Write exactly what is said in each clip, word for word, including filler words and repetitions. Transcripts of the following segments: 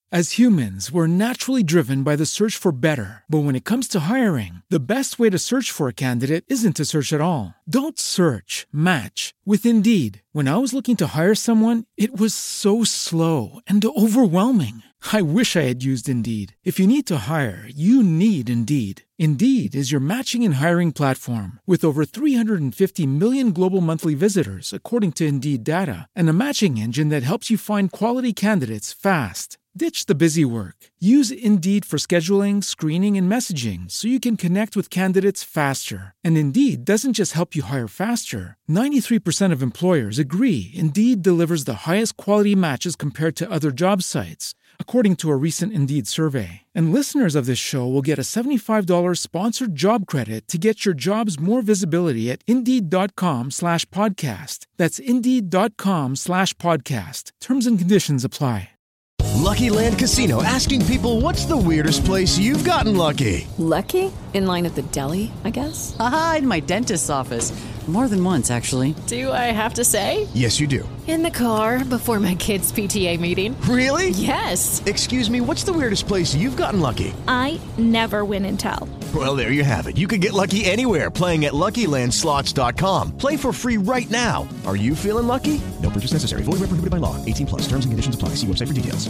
As humans, we're naturally driven by the search for better. But when it comes to hiring, the best way to search for a candidate isn't to search at all. Don't search, match with Indeed. When I was looking to hire someone, it was so slow and overwhelming. I wish I had used Indeed. If you need to hire, you need Indeed. Indeed is your matching and hiring platform with over three hundred fifty million global monthly visitors, according to Indeed data, and a matching engine that helps you find quality candidates fast. Ditch the busy work. Use Indeed for scheduling, screening, and messaging so you can connect with candidates faster. And Indeed doesn't just help you hire faster. ninety-three percent of employers agree Indeed delivers the highest quality matches compared to other job sites, according to a recent Indeed survey. And listeners of this show will get a seventy-five dollars sponsored job credit to get your jobs more visibility at Indeed.com slash podcast. That's Indeed.com slash podcast. Terms and conditions apply. Lucky Land Casino, asking people, what's the weirdest place you've gotten lucky? Lucky? In line at the deli, I guess? Aha, in my dentist's office. More than once, actually. Do I have to say? Yes, you do. In the car before my kids' P T A meeting. Really? Yes. Excuse me, what's the weirdest place you've gotten lucky? I never win and tell. Well, there you have it. You can get lucky anywhere, playing at Lucky Land Slots dot com. Play for free right now. Are you feeling lucky? No purchase necessary. Void where prohibited by law. eighteen plus. Terms and conditions apply. See website for details.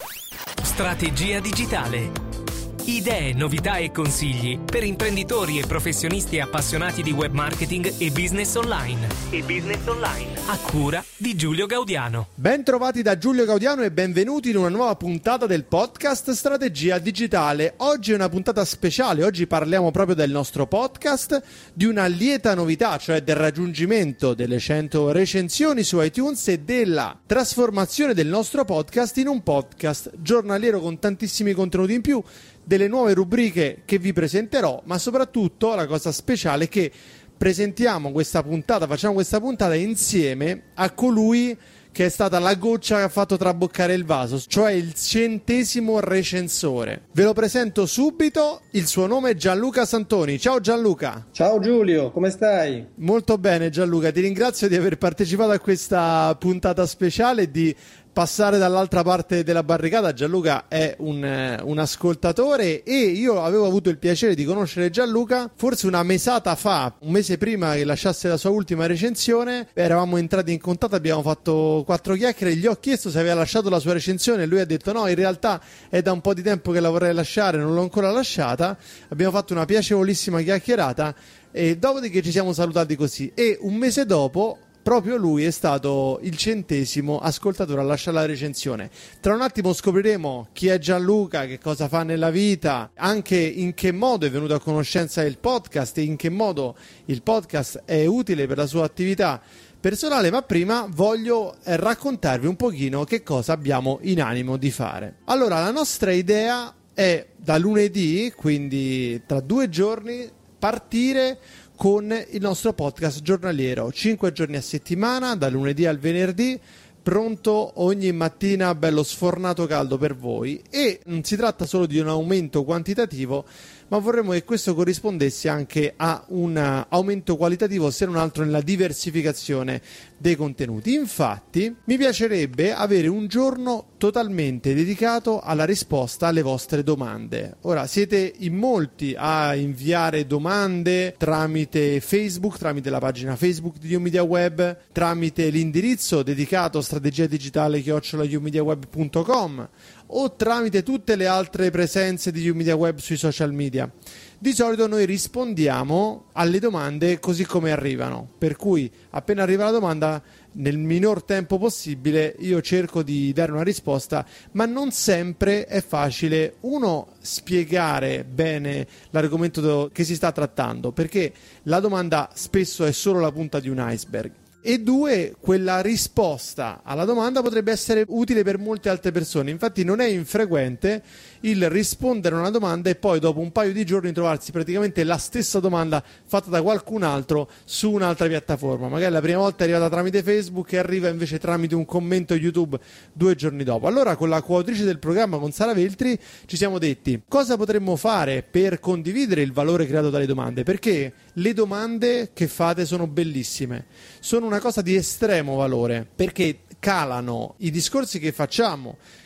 Strategia digitale. Idee, novità e consigli per imprenditori e professionisti appassionati di web marketing e business online. E business online. A cura di Giulio Gaudiano. Ben trovati da Giulio Gaudiano e benvenuti in una nuova puntata del podcast Strategia Digitale. Oggi è una puntata speciale, oggi parliamo proprio del nostro podcast, di una lieta novità, cioè del raggiungimento delle cento recensioni su iTunes e della trasformazione del nostro podcast in un podcast giornaliero con tantissimi contenuti in più, delle nuove rubriche che vi presenterò, ma soprattutto la cosa speciale è che presentiamo questa puntata, facciamo questa puntata insieme a colui che è stata la goccia che ha fatto traboccare il vaso, cioè il centesimo recensore. Ve lo presento subito, il suo nome è Gianluca Santoni. Ciao Gianluca. Ciao Giulio, come stai? Molto bene Gianluca, ti ringrazio di aver partecipato a questa puntata speciale e di passare dall'altra parte della barricata. Gianluca è un, eh, un ascoltatore e io avevo avuto il piacere di conoscere Gianluca forse una mesata fa, un mese prima che lasciasse la sua ultima recensione. Eravamo entrati in contatto, abbiamo fatto quattro chiacchiere, gli ho chiesto se aveva lasciato la sua recensione e lui ha detto no, in realtà è da un po' di tempo che la vorrei lasciare, non l'ho ancora lasciata. Abbiamo fatto una piacevolissima chiacchierata e dopodiché ci siamo salutati così, e un mese dopo proprio lui è stato il centesimo ascoltatore a lasciare la recensione. Tra un attimo scopriremo chi è Gianluca, che cosa fa nella vita, anche in che modo è venuto a conoscenza del podcast e in che modo il podcast è utile per la sua attività personale, ma prima voglio eh, raccontarvi un pochino che cosa abbiamo in animo di fare. Allora, la nostra idea è da lunedì, quindi tra due giorni, partire con il nostro podcast giornaliero, cinque giorni a settimana, da lunedì al venerdì, pronto ogni mattina, bello sfornato caldo per voi. E non si tratta solo di un aumento quantitativo, ma vorremmo che questo corrispondesse anche a un aumento qualitativo, se non altro nella diversificazione dei contenuti. Infatti mi piacerebbe avere un giorno totalmente dedicato alla risposta alle vostre domande. Ora, siete in molti a inviare domande tramite Facebook, tramite la pagina Facebook di YouMedia Web, tramite l'indirizzo dedicato strategia digitale chiocciola youmediaweb punto com o tramite tutte le altre presenze di YouMedia Web sui social media. Di solito noi rispondiamo alle domande così come arrivano, per cui appena arriva la domanda, nel minor tempo possibile io cerco di dare una risposta, ma non sempre è facile, uno, spiegare bene l'argomento che si sta trattando, perché la domanda spesso è solo la punta di un iceberg. E due, quella risposta alla domanda potrebbe essere utile per molte altre persone. Infatti non è infrequente il rispondere a una domanda e poi dopo un paio di giorni trovarsi praticamente la stessa domanda fatta da qualcun altro su un'altra piattaforma. Magari la prima volta è arrivata tramite Facebook e arriva invece tramite un commento YouTube due giorni dopo. Allora, con la coautrice del programma, con Sara Veltri, ci siamo detti cosa potremmo fare per condividere il valore creato dalle domande, perché le domande che fate sono bellissime, sono una cosa di estremo valore, perché calano i discorsi che facciamo,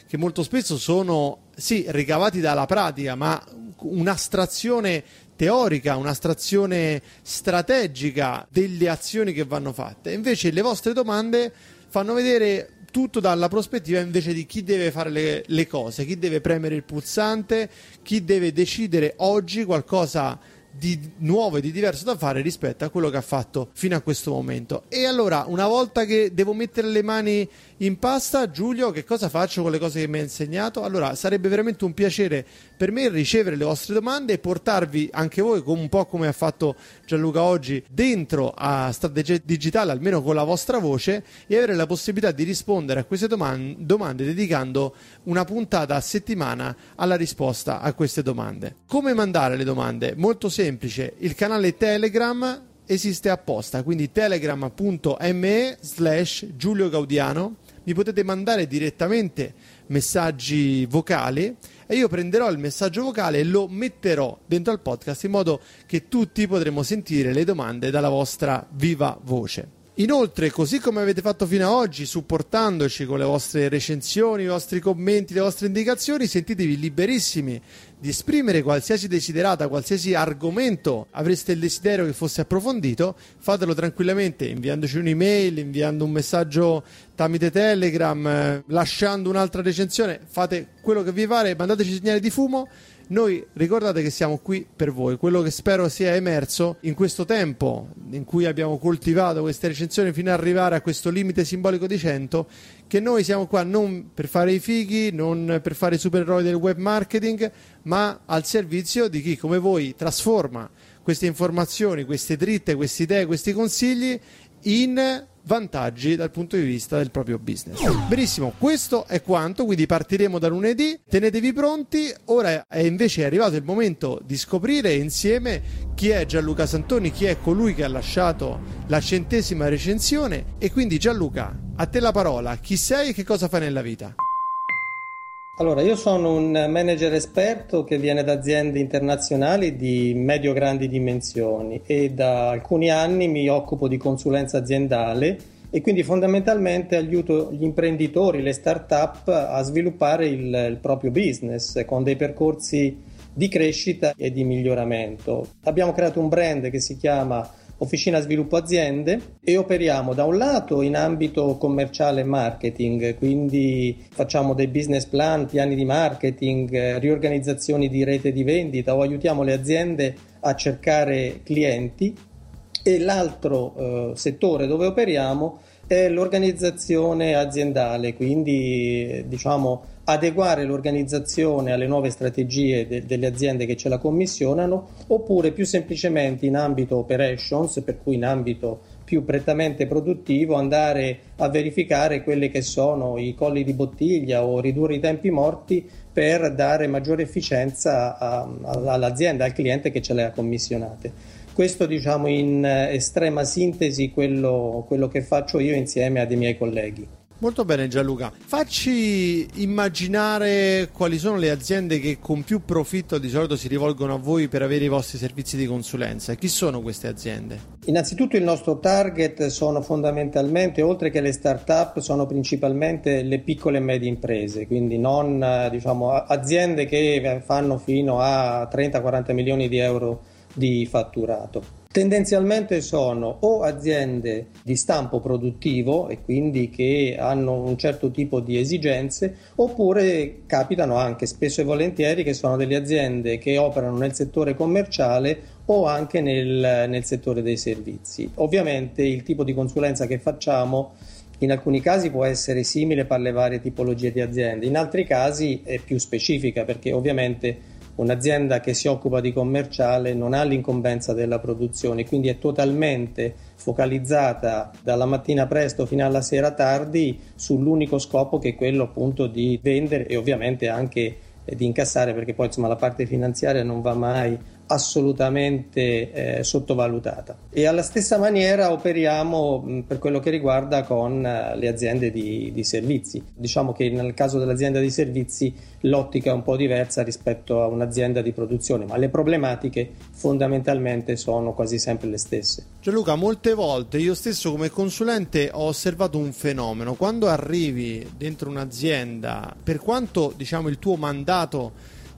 che molto spesso sono sì ricavati dalla pratica, ma un'astrazione teorica, un'astrazione strategica delle azioni che vanno fatte. Invece le vostre domande fanno vedere tutto dalla prospettiva invece di chi deve fare le, le cose, chi deve premere il pulsante, chi deve decidere oggi qualcosa di nuovo e di diverso da fare rispetto a quello che ha fatto fino a questo momento. E allora, una volta che devo mettere le mani in pasta, Giulio, che cosa faccio con le cose che mi hai insegnato? Allora, sarebbe veramente un piacere per me ricevere le vostre domande e portarvi anche voi, un po' come ha fatto Gianluca oggi, dentro a Strategia Digitale, almeno con la vostra voce, e avere la possibilità di rispondere a queste domande, domande dedicando una puntata a settimana alla risposta a queste domande. Come mandare le domande? Molto semplice, il canale Telegram esiste apposta, quindi telegram.me slash Giulio Gaudiano. Mi potete mandare direttamente messaggi vocali e io prenderò il messaggio vocale e lo metterò dentro al podcast in modo che tutti potremo sentire le domande dalla vostra viva voce. Inoltre, così come avete fatto fino ad oggi, supportandoci con le vostre recensioni, i vostri commenti, le vostre indicazioni, sentitevi liberissimi di esprimere qualsiasi desiderata, qualsiasi argomento avreste il desiderio che fosse approfondito. Fatelo tranquillamente inviandoci un'email, inviando un messaggio tramite Telegram, eh, lasciando un'altra recensione. Fate quello che vi pare, mandateci segnali di fumo. Noi ricordate che siamo qui per voi. Quello che spero sia emerso in questo tempo in cui abbiamo coltivato queste recensioni fino ad arrivare a questo limite simbolico di cento, che noi siamo qua non per fare i fighi, non per fare i supereroi del web marketing, ma al servizio di chi come voi trasforma queste informazioni, queste dritte, queste idee, questi consigli in vantaggi dal punto di vista del proprio business. Benissimo, questo è quanto, quindi partiremo da lunedì, tenetevi pronti. Ora è invece arrivato il momento di scoprire insieme chi è Gianluca Santoni, chi è colui che ha lasciato la centesima recensione. E quindi Gianluca, a te la parola, chi sei e che cosa fai nella vita? Allora, io sono un manager esperto che viene da aziende internazionali di medio-grandi dimensioni e da alcuni anni mi occupo di consulenza aziendale e quindi fondamentalmente aiuto gli imprenditori, le start-up a sviluppare il, il proprio business con dei percorsi di crescita e di miglioramento. Abbiamo creato un brand che si chiama Officina Sviluppo Aziende e operiamo da un lato in ambito commerciale e marketing, quindi facciamo dei business plan, piani di marketing, riorganizzazioni di rete di vendita o aiutiamo le aziende a cercare clienti, e l'altro eh, settore dove operiamo è l'organizzazione aziendale, quindi diciamo adeguare l'organizzazione alle nuove strategie de- delle aziende che ce la commissionano, oppure più semplicemente in ambito operations, per cui in ambito più prettamente produttivo, andare a verificare quelli che sono i colli di bottiglia o ridurre i tempi morti per dare maggiore efficienza a, a, all'azienda, al cliente che ce le ha commissionate. Questo diciamo in estrema sintesi quello, quello che faccio io insieme a dei miei colleghi. Molto bene Gianluca, facci immaginare quali sono le aziende che con più profitto di solito si rivolgono a voi per avere i vostri servizi di consulenza. Chi sono queste aziende? Innanzitutto il nostro target sono fondamentalmente, oltre che le start-up, sono principalmente le piccole e medie imprese, quindi non diciamo aziende che fanno fino a trenta quaranta milioni di euro di fatturato. Tendenzialmente sono o aziende di stampo produttivo e quindi che hanno un certo tipo di esigenze, oppure capitano anche spesso e volentieri che sono delle aziende che operano nel settore commerciale o anche nel, nel settore dei servizi. Ovviamente il tipo di consulenza che facciamo in alcuni casi può essere simile per le varie tipologie di aziende, in altri casi è più specifica, perché ovviamente un'azienda che si occupa di commerciale non ha l'incombenza della produzione, quindi è totalmente focalizzata dalla mattina presto fino alla sera tardi sull'unico scopo che è quello appunto di vendere e ovviamente anche di incassare, perché poi insomma la parte finanziaria non va mai assolutamente eh, sottovalutata. E alla stessa maniera operiamo mh, per quello che riguarda con uh, le aziende di, di servizi. Diciamo che nel caso dell'azienda di servizi l'ottica è un po' diversa rispetto a un'azienda di produzione, ma le problematiche fondamentalmente sono quasi sempre le stesse. Gianluca, molte volte io stesso come consulente ho osservato un fenomeno: quando arrivi dentro un'azienda, per quanto diciamo il tuo mandato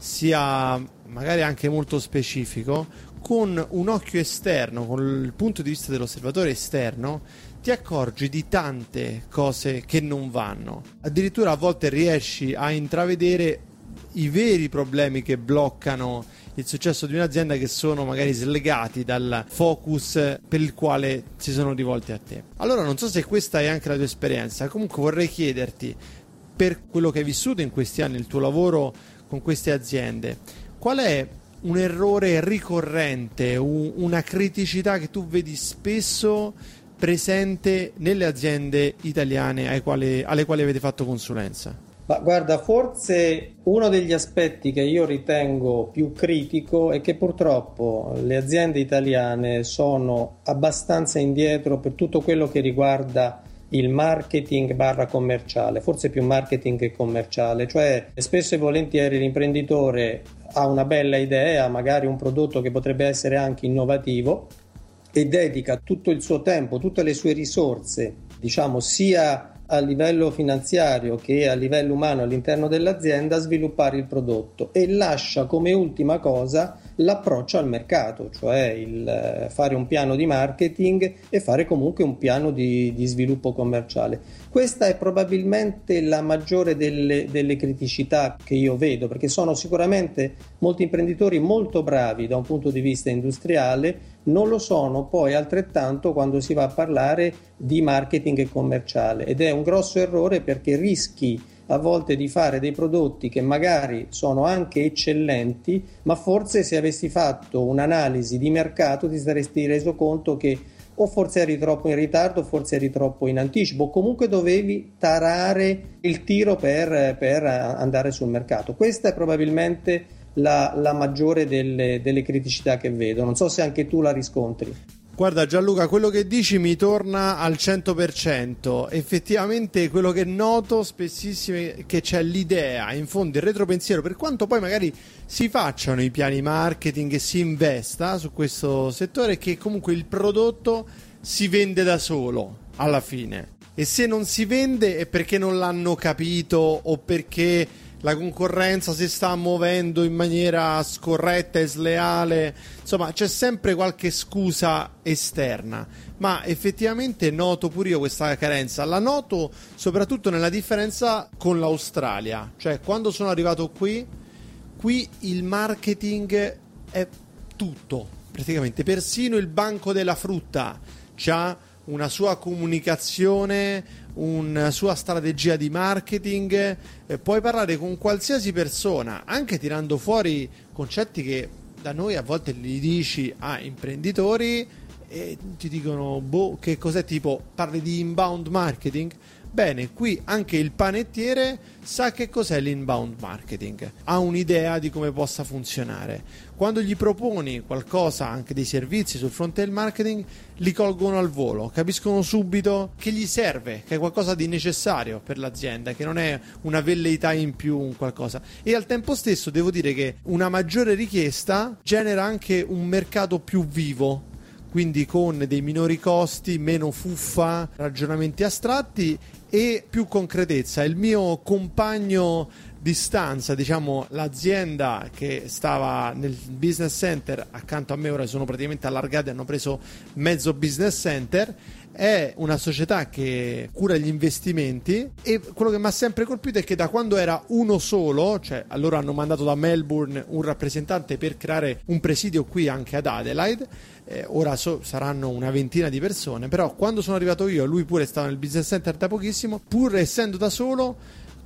sia magari anche molto specifico, con un occhio esterno, con il punto di vista dell'osservatore esterno, ti accorgi di tante cose che non vanno. Addirittura a volte riesci a intravedere i veri problemi che bloccano il successo di un'azienda, che sono magari slegati dal focus per il quale si sono rivolti a te. Allora non so se questa è anche la tua esperienza, comunque vorrei chiederti, per quello che hai vissuto in questi anni, il tuo lavoro con queste aziende, qual è un errore ricorrente, un, una criticità che tu vedi spesso presente nelle aziende italiane ai quali, alle quali avete fatto consulenza? Ma guarda, forse uno degli aspetti che io ritengo più critico è che purtroppo le aziende italiane sono abbastanza indietro per tutto quello che riguarda il marketing barra commerciale, forse più marketing che commerciale, cioè spesso e volentieri l'imprenditore ha una bella idea, magari un prodotto che potrebbe essere anche innovativo, e dedica tutto il suo tempo, tutte le sue risorse, diciamo sia a livello finanziario che a livello umano all'interno dell'azienda, a sviluppare il prodotto, e lascia come ultima cosa l'approccio al mercato, cioè il fare un piano di marketing e fare comunque un piano di, di sviluppo commerciale. Questa è probabilmente la maggiore delle, delle criticità che io vedo, perché sono sicuramente molti imprenditori molto bravi da un punto di vista industriale, non lo sono poi altrettanto quando si va a parlare di marketing e commerciale, ed è un grosso errore, perché rischi a volte di fare dei prodotti che magari sono anche eccellenti, ma forse se avessi fatto un'analisi di mercato ti saresti reso conto che o forse eri troppo in ritardo, forse eri troppo in anticipo, o comunque dovevi tarare il tiro per, per andare sul mercato. Questa è probabilmente la, la maggiore delle, delle criticità che vedo. Non so se anche tu la riscontri. Guarda Gianluca, quello che dici mi torna al cento per cento. Effettivamente quello che noto spessissimo è che c'è l'idea, in fondo il retropensiero, per quanto poi magari si facciano i piani marketing e si investa su questo settore, che comunque il prodotto si vende da solo alla fine, e se non si vende è perché non l'hanno capito o perché la concorrenza si sta muovendo in maniera scorretta e sleale. Insomma, c'è sempre qualche scusa esterna, ma effettivamente noto pure io questa carenza. La noto soprattutto nella differenza con l'Australia, cioè quando sono arrivato qui qui il marketing è tutto, praticamente persino il banco della frutta c'ha una sua comunicazione, una sua strategia di marketing, eh, puoi parlare con qualsiasi persona, anche tirando fuori concetti che da noi a volte li dici a imprenditori e ti dicono boh, che cos'è, tipo parli di inbound marketing? Bene, qui anche il panettiere sa che cos'è l'inbound marketing, ha un'idea di come possa funzionare. Quando gli proponi qualcosa, anche dei servizi sul fronte del marketing, li colgono al volo, capiscono subito che gli serve, che è qualcosa di necessario per l'azienda, che non è una velleità in più, un qualcosa. E al tempo stesso devo dire che una maggiore richiesta genera anche un mercato più vivo, quindi con dei minori costi, meno fuffa, ragionamenti astratti e più concretezza. Il mio compagno di stanza, diciamo l'azienda che stava nel business center accanto a me, ora sono praticamente allargati, hanno preso mezzo business center, è una società che cura gli investimenti, e quello che mi ha sempre colpito è che da quando era uno solo, cioè allora hanno mandato da Melbourne un rappresentante per creare un presidio qui anche ad Adelaide, eh, ora so, saranno una ventina di persone, però quando sono arrivato io, lui pure stava nel business center da pochissimo, pur essendo da solo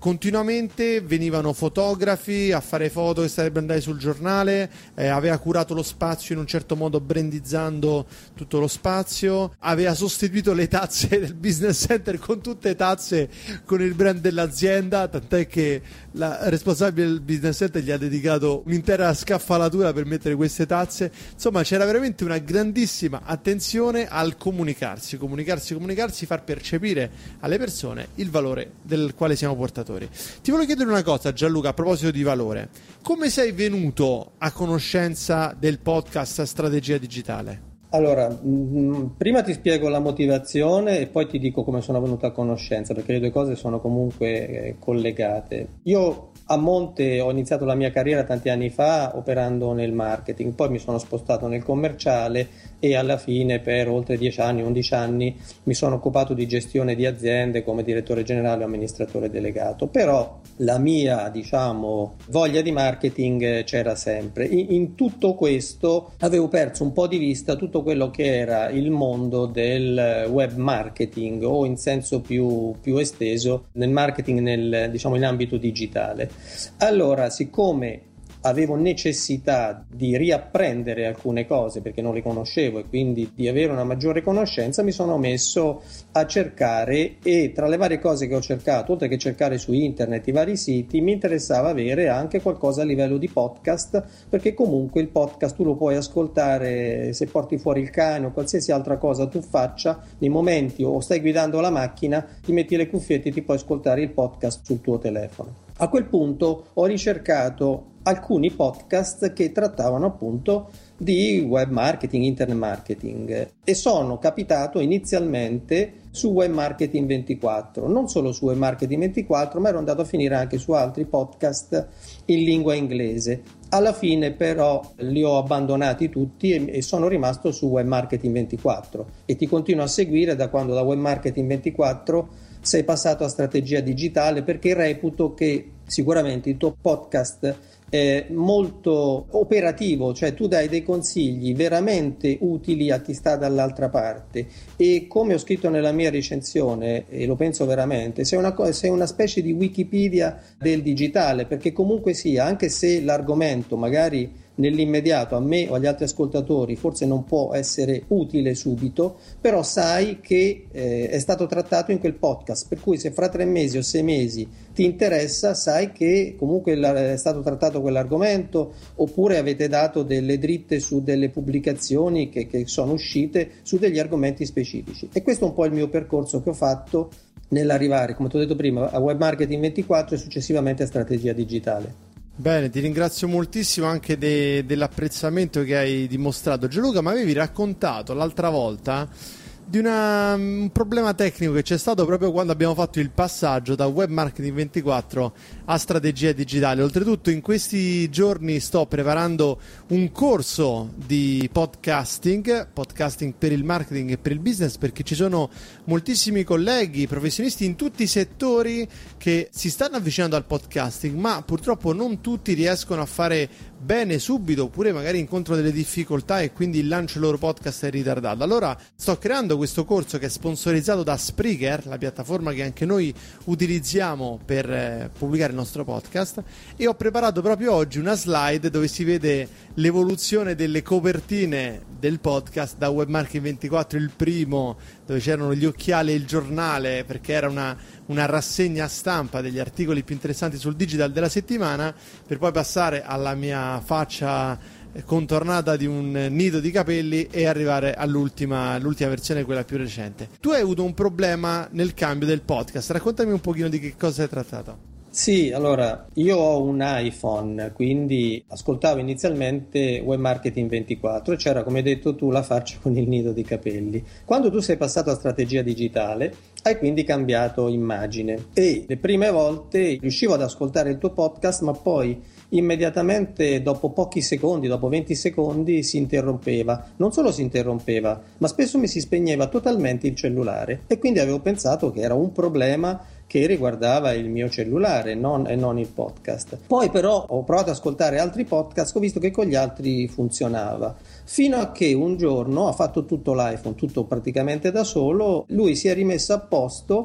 continuamente venivano fotografi a fare foto che sarebbero andate sul giornale, eh, aveva curato lo spazio in un certo modo brandizzando tutto lo spazio, aveva sostituito le tazze del business center con tutte tazze con il brand dell'azienda, tant'è che la responsabile del business center gli ha dedicato un'intera scaffalatura per mettere queste tazze. Insomma, c'era veramente una grandissima attenzione al comunicarsi, comunicarsi, comunicarsi, far percepire alle persone il valore del quale siamo portatori. Ti volevo chiedere una cosa, Gianluca, a proposito di valore. Come sei venuto a conoscenza del podcast Strategia Digitale? Allora, mh, prima ti spiego la motivazione e poi ti dico come sono venuto a conoscenza, perché le due cose sono comunque eh, collegate. Io a monte ho iniziato la mia carriera tanti anni fa operando nel marketing, poi mi sono spostato nel commerciale e alla fine per oltre dieci anni, undici anni mi sono occupato di gestione di aziende come direttore generale o amministratore delegato, però la mia, diciamo, voglia di marketing c'era sempre. In, in tutto questo avevo perso un po' di vista tutto quello che era il mondo del web marketing o in senso più, più esteso nel marketing nel, diciamo, in ambito digitale. Allora, siccome avevo necessità di riapprendere alcune cose perché non le conoscevo e quindi di avere una maggiore conoscenza, mi sono messo a cercare, e tra le varie cose che ho cercato, oltre che cercare su internet i vari siti, mi interessava avere anche qualcosa a livello di podcast, perché comunque il podcast tu lo puoi ascoltare se porti fuori il cane o qualsiasi altra cosa tu faccia, nei momenti o stai guidando la macchina, ti metti le cuffiette e ti puoi ascoltare il podcast sul tuo telefono. A quel punto ho ricercato alcuni podcast che trattavano appunto di web marketing, internet marketing, e sono capitato inizialmente su Web Marketing ventiquattro, non solo su Web Marketing ventiquattro, ma ero andato a finire anche su altri podcast in lingua inglese. Alla fine però li ho abbandonati tutti e, e sono rimasto su Web Marketing ventiquattro e ti continuo a seguire da quando da Web Marketing ventiquattro sei passato a Strategia Digitale, perché reputo che sicuramente il tuo podcast è molto operativo, cioè tu dai dei consigli veramente utili a chi sta dall'altra parte e, come ho scritto nella mia recensione, e lo penso veramente, sei una, sei una specie di Wikipedia del digitale, perché comunque sia, anche se l'argomento magari nell'immediato a me o agli altri ascoltatori forse non può essere utile subito, però sai che eh, è stato trattato in quel podcast, per cui se fra tre mesi o sei mesi ti interessa, sai che comunque è stato trattato quell'argomento, oppure avete dato delle dritte su delle pubblicazioni che, che sono uscite su degli argomenti specifici. E questo è un po' il mio percorso che ho fatto nell'arrivare, come ti ho detto prima, a Web Marketing ventiquattro e successivamente a Strategia Digitale. Bene, ti ringrazio moltissimo anche de- dell'apprezzamento che hai dimostrato. Gianluca, ma avevi raccontato l'altra volta di una, un problema tecnico che c'è stato proprio quando abbiamo fatto il passaggio da Web Marketing ventiquattro a Strategia Digitale. Oltretutto in questi giorni sto preparando un corso di podcasting, podcasting per il marketing e per il business, perché ci sono moltissimi colleghi, professionisti in tutti i settori che si stanno avvicinando al podcasting, ma purtroppo non tutti riescono a fare bene subito, oppure magari incontrano delle difficoltà e quindi il lancio del loro podcast è ritardato. Allora sto creando questo corso che è sponsorizzato da Spreaker, la piattaforma che anche noi utilizziamo per eh, pubblicare il nostro podcast, e ho preparato proprio oggi una slide dove si vede l'evoluzione delle copertine del podcast da Web Marketing ventiquattro, il primo dove c'erano gli occhiali e il giornale, perché era una, una rassegna stampa degli articoli più interessanti sul digital della settimana, per poi passare alla mia faccia contornata di un nido di capelli e arrivare all'ultima, all'ultima versione, quella più recente. Tu hai avuto un problema nel cambio del podcast, raccontami un pochino di che cosa hai trattato. Sì, allora, io ho un iPhone, quindi ascoltavo inizialmente Web Marketing ventiquattro e c'era, come hai detto tu, la faccia con il nido di capelli. Quando tu sei passato a Strategia Digitale, hai quindi cambiato immagine e le prime volte riuscivo ad ascoltare il tuo podcast, ma poi immediatamente dopo pochi secondi, dopo venti secondi, si interrompeva. Non solo si interrompeva, ma spesso mi si spegneva totalmente il cellulare e quindi avevo pensato che era un problema che riguardava il mio cellulare non, e non il podcast. Poi però ho provato ad ascoltare altri podcast, ho visto che con gli altri funzionava, fino a che un giorno ha fatto tutto l'iPhone, tutto praticamente da solo, lui si è rimesso a posto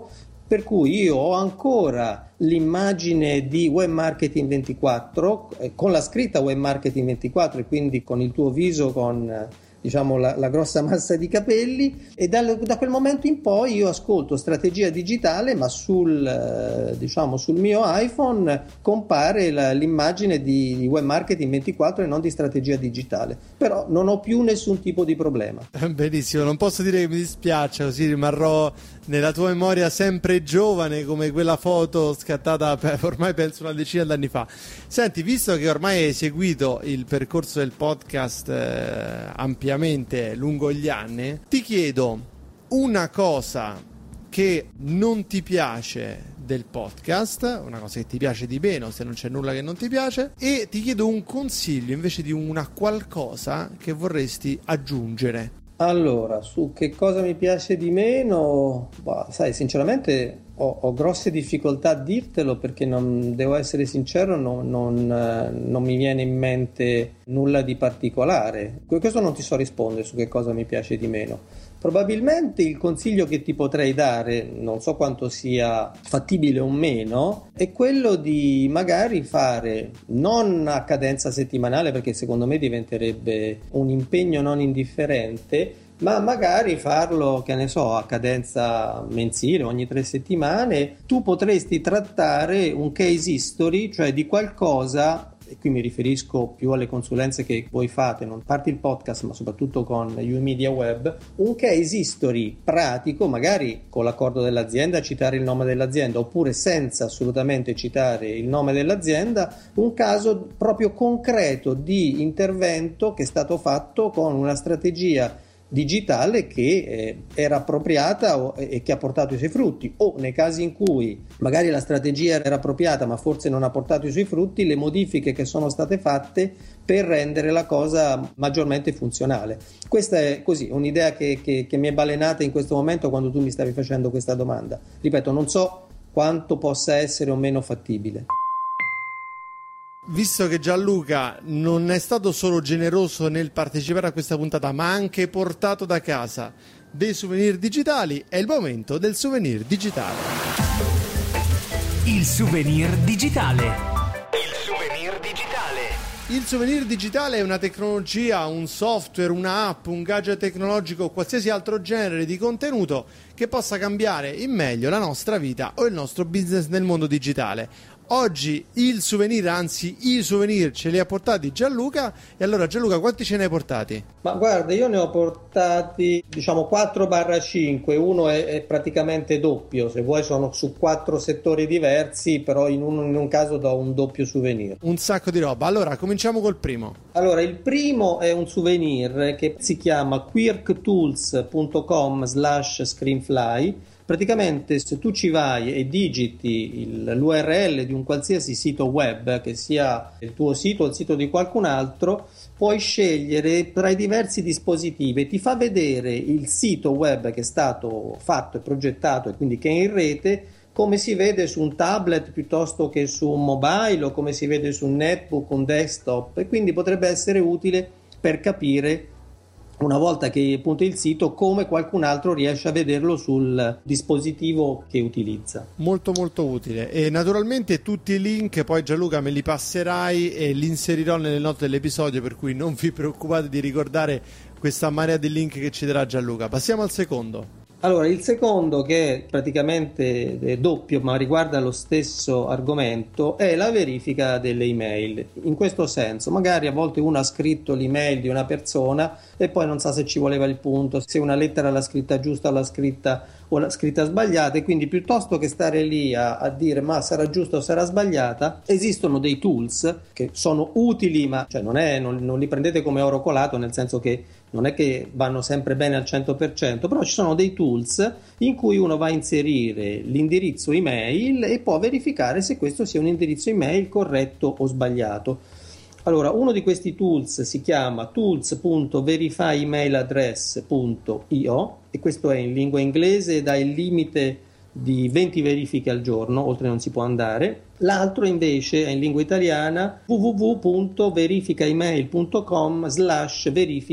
per cui io ho ancora l'immagine di Web Marketing ventiquattro eh, con la scritta Web Marketing ventiquattro e quindi con il tuo viso con eh, diciamo la, la grossa massa di capelli, e dal, da quel momento in poi io ascolto Strategia Digitale, ma sul eh, diciamo sul mio iPhone compare la, l'immagine di, di Web Marketing ventiquattro e non di Strategia Digitale, però non ho più nessun tipo di problema. Benissimo, non posso dire che mi dispiace, così rimarrò nella tua memoria sempre giovane come quella foto scattata per, ormai penso una decina d'anni fa. Senti, visto che ormai hai seguito il percorso del podcast eh, ampiamente lungo gli anni, ti chiedo una cosa che non ti piace del podcast, una cosa che ti piace di meno se non c'è nulla che non ti piace, e ti chiedo un consiglio invece di una qualcosa che vorresti aggiungere. Allora, su che cosa mi piace di meno? Bah, sai, sinceramente ho, ho grosse difficoltà a dirtelo, perché non, devo essere sincero, non, non, eh, non mi viene in mente nulla di particolare. Questo non ti so rispondere su che cosa mi piace di meno. Probabilmente il consiglio che ti potrei dare, non so quanto sia fattibile o meno, è quello di magari fare, non a cadenza settimanale, perché secondo me diventerebbe un impegno non indifferente, ma magari farlo, che ne so, a cadenza mensile, ogni tre settimane. Tu potresti trattare un case history, cioè di qualcosa, e qui mi riferisco più alle consulenze che voi fate, non parte il podcast ma soprattutto con YouMedia Web, un case history pratico, magari con l'accordo dell'azienda, citare il nome dell'azienda, oppure senza assolutamente citare il nome dell'azienda, un caso proprio concreto di intervento che è stato fatto con una strategia digitale che eh, era appropriata o, e che ha portato i suoi frutti, o nei casi in cui magari la strategia era appropriata ma forse non ha portato i suoi frutti, le modifiche che sono state fatte per rendere la cosa maggiormente funzionale. Questa è così un'idea che, che, che mi è balenata in questo momento quando tu mi stavi facendo questa domanda. Ripeto, non so quanto possa essere o meno fattibile. Visto che Gianluca non è stato solo generoso nel partecipare a questa puntata, ma ha anche portato da casa dei souvenir digitali, è il momento del souvenir digitale. Il souvenir digitale. Il souvenir digitale. Il souvenir digitale è una tecnologia, un software, un'app, un gadget tecnologico o qualsiasi altro genere di contenuto che possa cambiare in meglio la nostra vita o il nostro business nel mondo digitale. Oggi il souvenir, anzi i souvenir ce li ha portati Gianluca. E allora Gianluca, quanti ce ne hai portati? Ma guarda, io ne ho portati diciamo quattro cinque, uno è, è praticamente doppio, se vuoi sono su quattro settori diversi, però in un, in un caso do un doppio souvenir. Un sacco di roba. Allora cominciamo col primo. Allora, il primo è un souvenir che si chiama quirktools punto com slash screenfly. Praticamente se tu ci vai e digiti il, l'U R L di un qualsiasi sito web, che sia il tuo sito o il sito di qualcun altro, puoi scegliere tra i diversi dispositivi, ti fa vedere il sito web che è stato fatto e progettato e quindi che è in rete, come si vede su un tablet piuttosto che su un mobile, o come si vede su un netbook, un desktop, e quindi potrebbe essere utile per capire, una volta che appunto il sito, come qualcun altro riesce a vederlo sul dispositivo che utilizza. Molto molto utile. E naturalmente tutti i link poi Gianluca me li passerai e li inserirò nelle note dell'episodio, per cui non vi preoccupate di ricordare questa marea di link che ci darà Gianluca. Passiamo al secondo. Allora, il secondo, che è praticamente è doppio ma riguarda lo stesso argomento, è la verifica delle email. In questo senso, magari a volte uno ha scritto l'email di una persona e poi non sa se ci voleva il punto, se una lettera l'ha scritta giusta o l'ha scritta, o l'ha scritta sbagliata, e quindi piuttosto che stare lì a, a dire ma sarà giusta o sarà sbagliata, esistono dei tools che sono utili, ma cioè non, è, non, non li prendete come oro colato, nel senso che non è che vanno sempre bene al cento per cento, però ci sono dei tools in cui uno va a inserire l'indirizzo email e può verificare se questo sia un indirizzo email corretto o sbagliato. Allora, uno di questi tools si chiama tools punto verify email address punto io e questo è in lingua inglese ed ha il limite di venti verifiche al giorno, oltre non si può andare. L'altro invece è in lingua italiana w w w punto verificaemail punto com slash verifica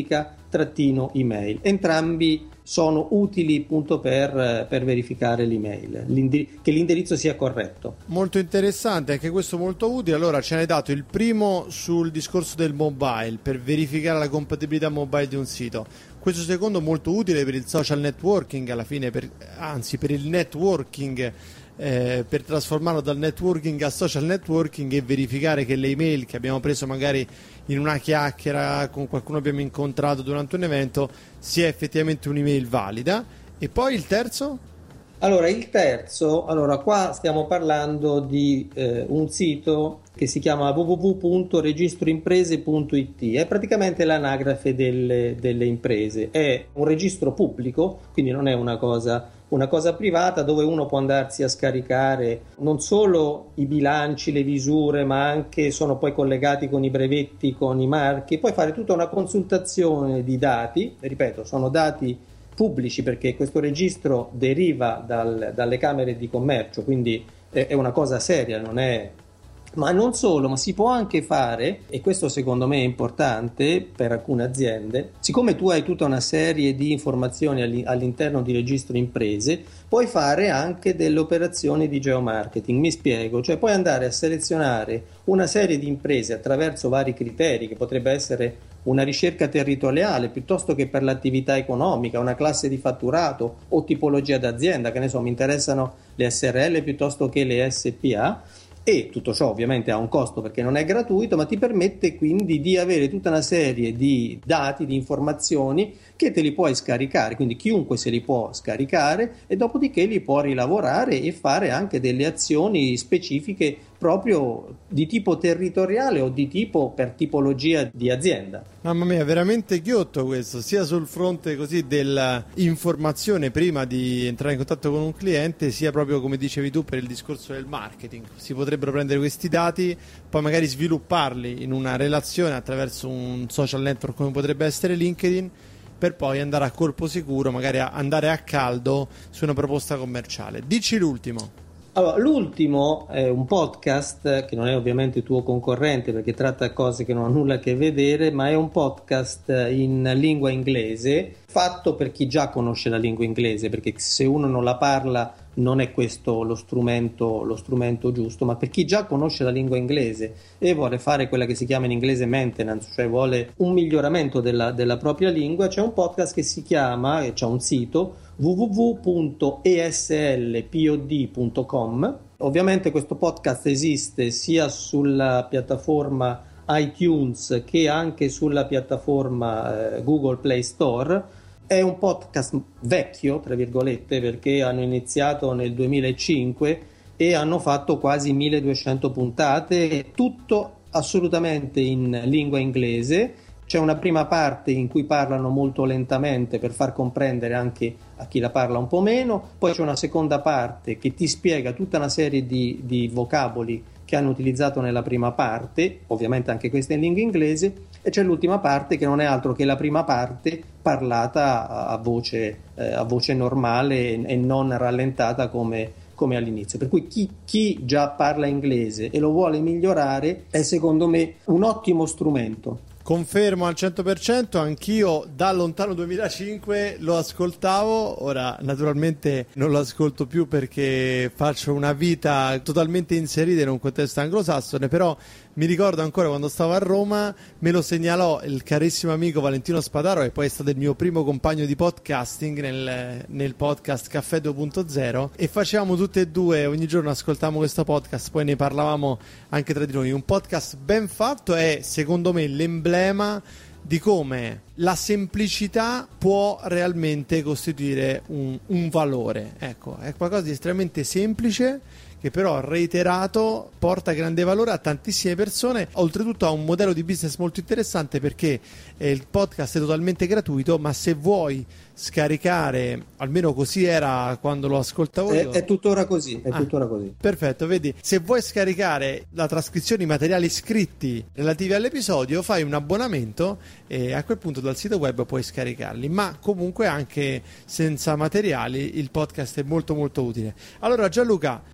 trattino email. Entrambi sono utili appunto per, per verificare l'email, l'indi- che l'indirizzo sia corretto. Molto interessante, anche questo molto utile. Allora ce n'hai dato il primo sul discorso del mobile, per verificare la compatibilità mobile di un sito. Questo secondo molto utile per il social networking, alla fine per, anzi per il networking, eh, per trasformarlo dal networking a social networking e verificare che le email che abbiamo preso magari in una chiacchiera con qualcuno che abbiamo incontrato durante un evento sia effettivamente un'email valida. E poi il terzo? Allora, il terzo, allora qua stiamo parlando di eh, un sito che si chiama w w w punto registroimprese punto i t, è praticamente l'anagrafe delle, delle imprese, è un registro pubblico, quindi non è una cosa, una cosa privata dove uno può andarsi a scaricare non solo i bilanci, le visure, ma anche sono poi collegati con i brevetti, con i marchi, puoi fare tutta una consultazione di dati, ripeto, sono dati pubblici perché questo registro deriva dal, dalle camere di commercio, quindi è, è una cosa seria, non è... Ma non solo, ma si può anche fare, e questo secondo me è importante per alcune aziende, siccome tu hai tutta una serie di informazioni all'interno di registro imprese, puoi fare anche delle operazioni di geomarketing. Mi spiego, cioè puoi andare a selezionare una serie di imprese attraverso vari criteri, che potrebbe essere una ricerca territoriale piuttosto che per l'attività economica, una classe di fatturato o tipologia d'azienda, che ne so, mi interessano le S R L piuttosto che le S P A. E tutto ciò ovviamente ha un costo perché non è gratuito, ma ti permette quindi di avere tutta una serie di dati, di informazioni che te li puoi scaricare, quindi chiunque se li può scaricare e dopodiché li può rilavorare e fare anche delle azioni specifiche proprio di tipo territoriale o di tipo per tipologia di azienda. Mamma mia, veramente ghiotto questo, sia sul fronte così dell'informazione prima di entrare in contatto con un cliente, sia proprio come dicevi tu per il discorso del marketing. Si potrebbero prendere questi dati, poi magari svilupparli in una relazione attraverso un social network come potrebbe essere LinkedIn, per poi andare a colpo sicuro, magari a andare a caldo su una proposta commerciale. Dici l'ultimo. Allora, l'ultimo è un podcast che non è ovviamente tuo concorrente perché tratta cose che non hanno nulla a che vedere, ma è un podcast in lingua inglese fatto per chi già conosce la lingua inglese, perché se uno non la parla non è questo lo strumento, lo strumento giusto, ma per chi già conosce la lingua inglese e vuole fare quella che si chiama in inglese maintenance, cioè vuole un miglioramento della, della propria lingua, c'è un podcast che si chiama, e c'è un sito, w w w punto e s l pod punto com. Ovviamente questo podcast esiste sia sulla piattaforma iTunes che anche sulla piattaforma eh, Google Play Store. È un podcast vecchio, tra virgolette, perché hanno iniziato nel duemilacinque e hanno fatto quasi milleduecento puntate, tutto assolutamente in lingua inglese. C'è una prima parte in cui parlano molto lentamente per far comprendere anche a chi la parla un po' meno, poi c'è una seconda parte che ti spiega tutta una serie di, di vocaboli che hanno utilizzato nella prima parte, ovviamente anche questa in lingua inglese, e c'è l'ultima parte che non è altro che la prima parte parlata a voce, eh, a voce normale e non rallentata come, come all'inizio. Per cui chi, chi già parla inglese e lo vuole migliorare è secondo me un ottimo strumento. Confermo al cento per cento, anch'io da lontano duemilacinque lo ascoltavo, ora naturalmente non lo ascolto più perché faccio una vita totalmente inserita in un contesto anglosassone, però mi ricordo ancora quando stavo a Roma, me lo segnalò il carissimo amico Valentino Spadaro, che poi è stato il mio primo compagno di podcasting nel, nel podcast Caffè due punto zero, e facevamo tutte e due, ogni giorno ascoltavamo questo podcast, poi ne parlavamo anche tra di noi. Un podcast ben fatto è secondo me l'emblema di come la semplicità può realmente costituire un, un valore. Ecco, è qualcosa di estremamente semplice che però reiterato porta grande valore a tantissime persone. Oltretutto ha un modello di business molto interessante perché eh, il podcast è totalmente gratuito, ma se vuoi scaricare, almeno così era quando lo ascoltavo io, è, è tuttora così, è ah, tuttora così. Perfetto, vedi, se vuoi scaricare la trascrizione, i materiali scritti relativi all'episodio, fai un abbonamento e a quel punto dal sito web puoi scaricarli, ma comunque anche senza materiali il podcast è molto molto utile. Allora Gianluca, ti ringrazio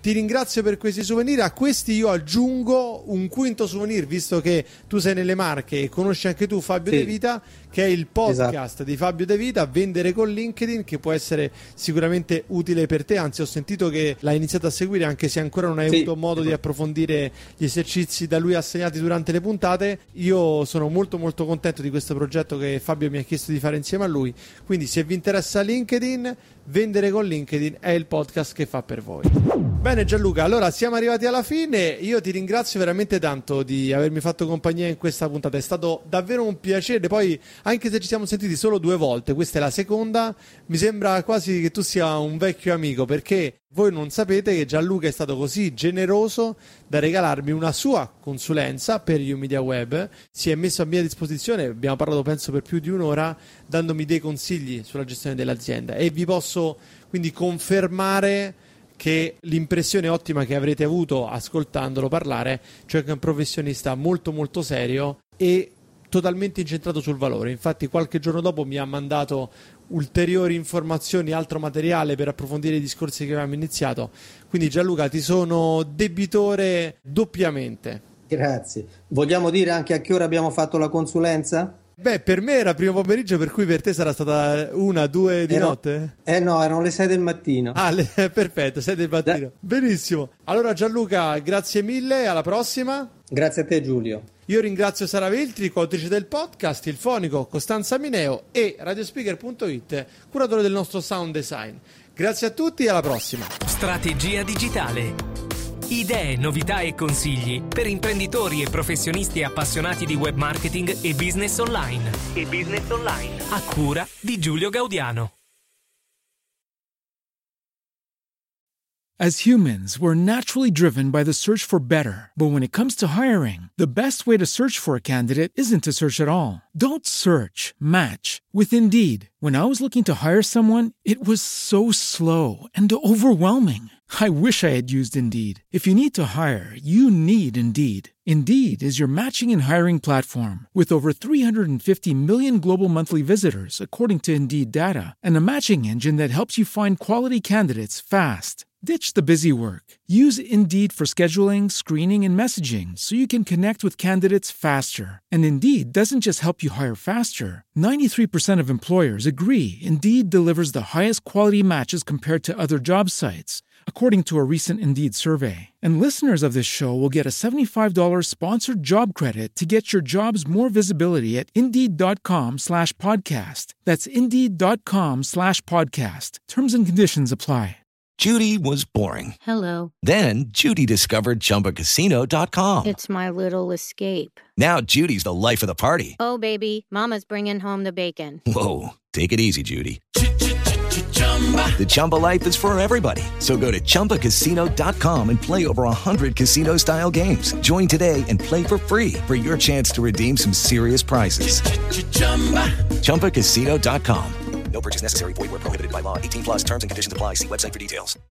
ringrazio per questi souvenir. A questi io aggiungo un quinto souvenir, visto che tu sei nelle Marche e conosci anche tu Fabio Sì. De Vita, che è il podcast Esatto. di Fabio De Vita, Vendere con LinkedIn, che può essere sicuramente utile per te. Anzi, ho sentito che l'hai iniziato a seguire, anche se ancora non hai Sì. avuto modo di approfondire gli esercizi da lui assegnati durante le puntate. Io sono molto molto contento di questo progetto che Fabio mi ha chiesto di fare insieme a lui. Quindi se vi interessa LinkedIn, Vendere con LinkedIn è il podcast che fa per voi. Bene Gianluca, allora siamo arrivati alla fine. Io ti ringrazio veramente tanto di avermi fatto compagnia in questa puntata, è stato davvero un piacere. Poi, anche se ci siamo sentiti solo due volte, questa è la seconda, mi sembra quasi che tu sia un vecchio amico, perché voi non sapete che Gianluca è stato così generoso da regalarmi una sua consulenza per YouMedia Web. Si è messo a mia disposizione, abbiamo parlato penso per più di un'ora, dandomi dei consigli sulla gestione dell'azienda, e vi posso quindi confermare che l'impressione ottima che avrete avuto ascoltandolo parlare, cioè che è un professionista molto molto serio e totalmente incentrato sul valore. Infatti qualche giorno dopo mi ha mandato ulteriori informazioni, altro materiale per approfondire i discorsi che avevamo iniziato. Quindi Gianluca, ti sono debitore doppiamente. Grazie. Vogliamo dire anche a che ora abbiamo fatto la consulenza? Beh, per me era primo pomeriggio, per cui per te sarà stata una, due di Eh no. notte? Eh no, erano le sei del mattino. Ah, le- perfetto, sei del mattino. Benissimo. Allora Gianluca, grazie mille, alla prossima. Grazie a te Giulio. Io ringrazio Sara Veltri, coautrice del podcast, il fonico Costanza Mineo e radiospeaker punto it, curatore del nostro sound design. Grazie a tutti e alla prossima. Strategia digitale. Idee, novità e consigli per imprenditori e professionisti appassionati di web marketing e business online. E business online. A cura di Giulio Gaudiano. As humans, we're naturally driven by the search for better. But when it comes to hiring, the best way to search for a candidate isn't to search at all. Don't search, match with Indeed. When I was looking to hire someone, it was so slow and overwhelming. I wish I had used Indeed. If you need to hire, you need Indeed. Indeed is your matching and hiring platform with over three hundred fifty million global monthly visitors, according to Indeed data, and a matching engine that helps you find quality candidates fast. Ditch the busy work. Use Indeed for scheduling, screening, and messaging so you can connect with candidates faster. And Indeed doesn't just help you hire faster. ninety-three percent of employers agree Indeed delivers the highest quality matches compared to other job sites, according to a recent Indeed survey. And listeners of this show will get a seventy-five dollars sponsored job credit to get your jobs more visibility at Indeed.com slash podcast. That's Indeed.com slash podcast. Terms and conditions apply. Judy was boring. Hello. Then Judy discovered Chumba Casino dot com. It's my little escape. Now Judy's the life of the party. Oh, baby, mama's bringing home the bacon. Whoa, take it easy, Judy. The Chumba life is for everybody. So go to Chumba Casino dot com and play over one hundred casino-style games. Join today and play for free for your chance to redeem some serious prizes. Chumba Casino dot com. No purchase necessary. Void where prohibited by law. eighteen plus terms and conditions apply. See website for details.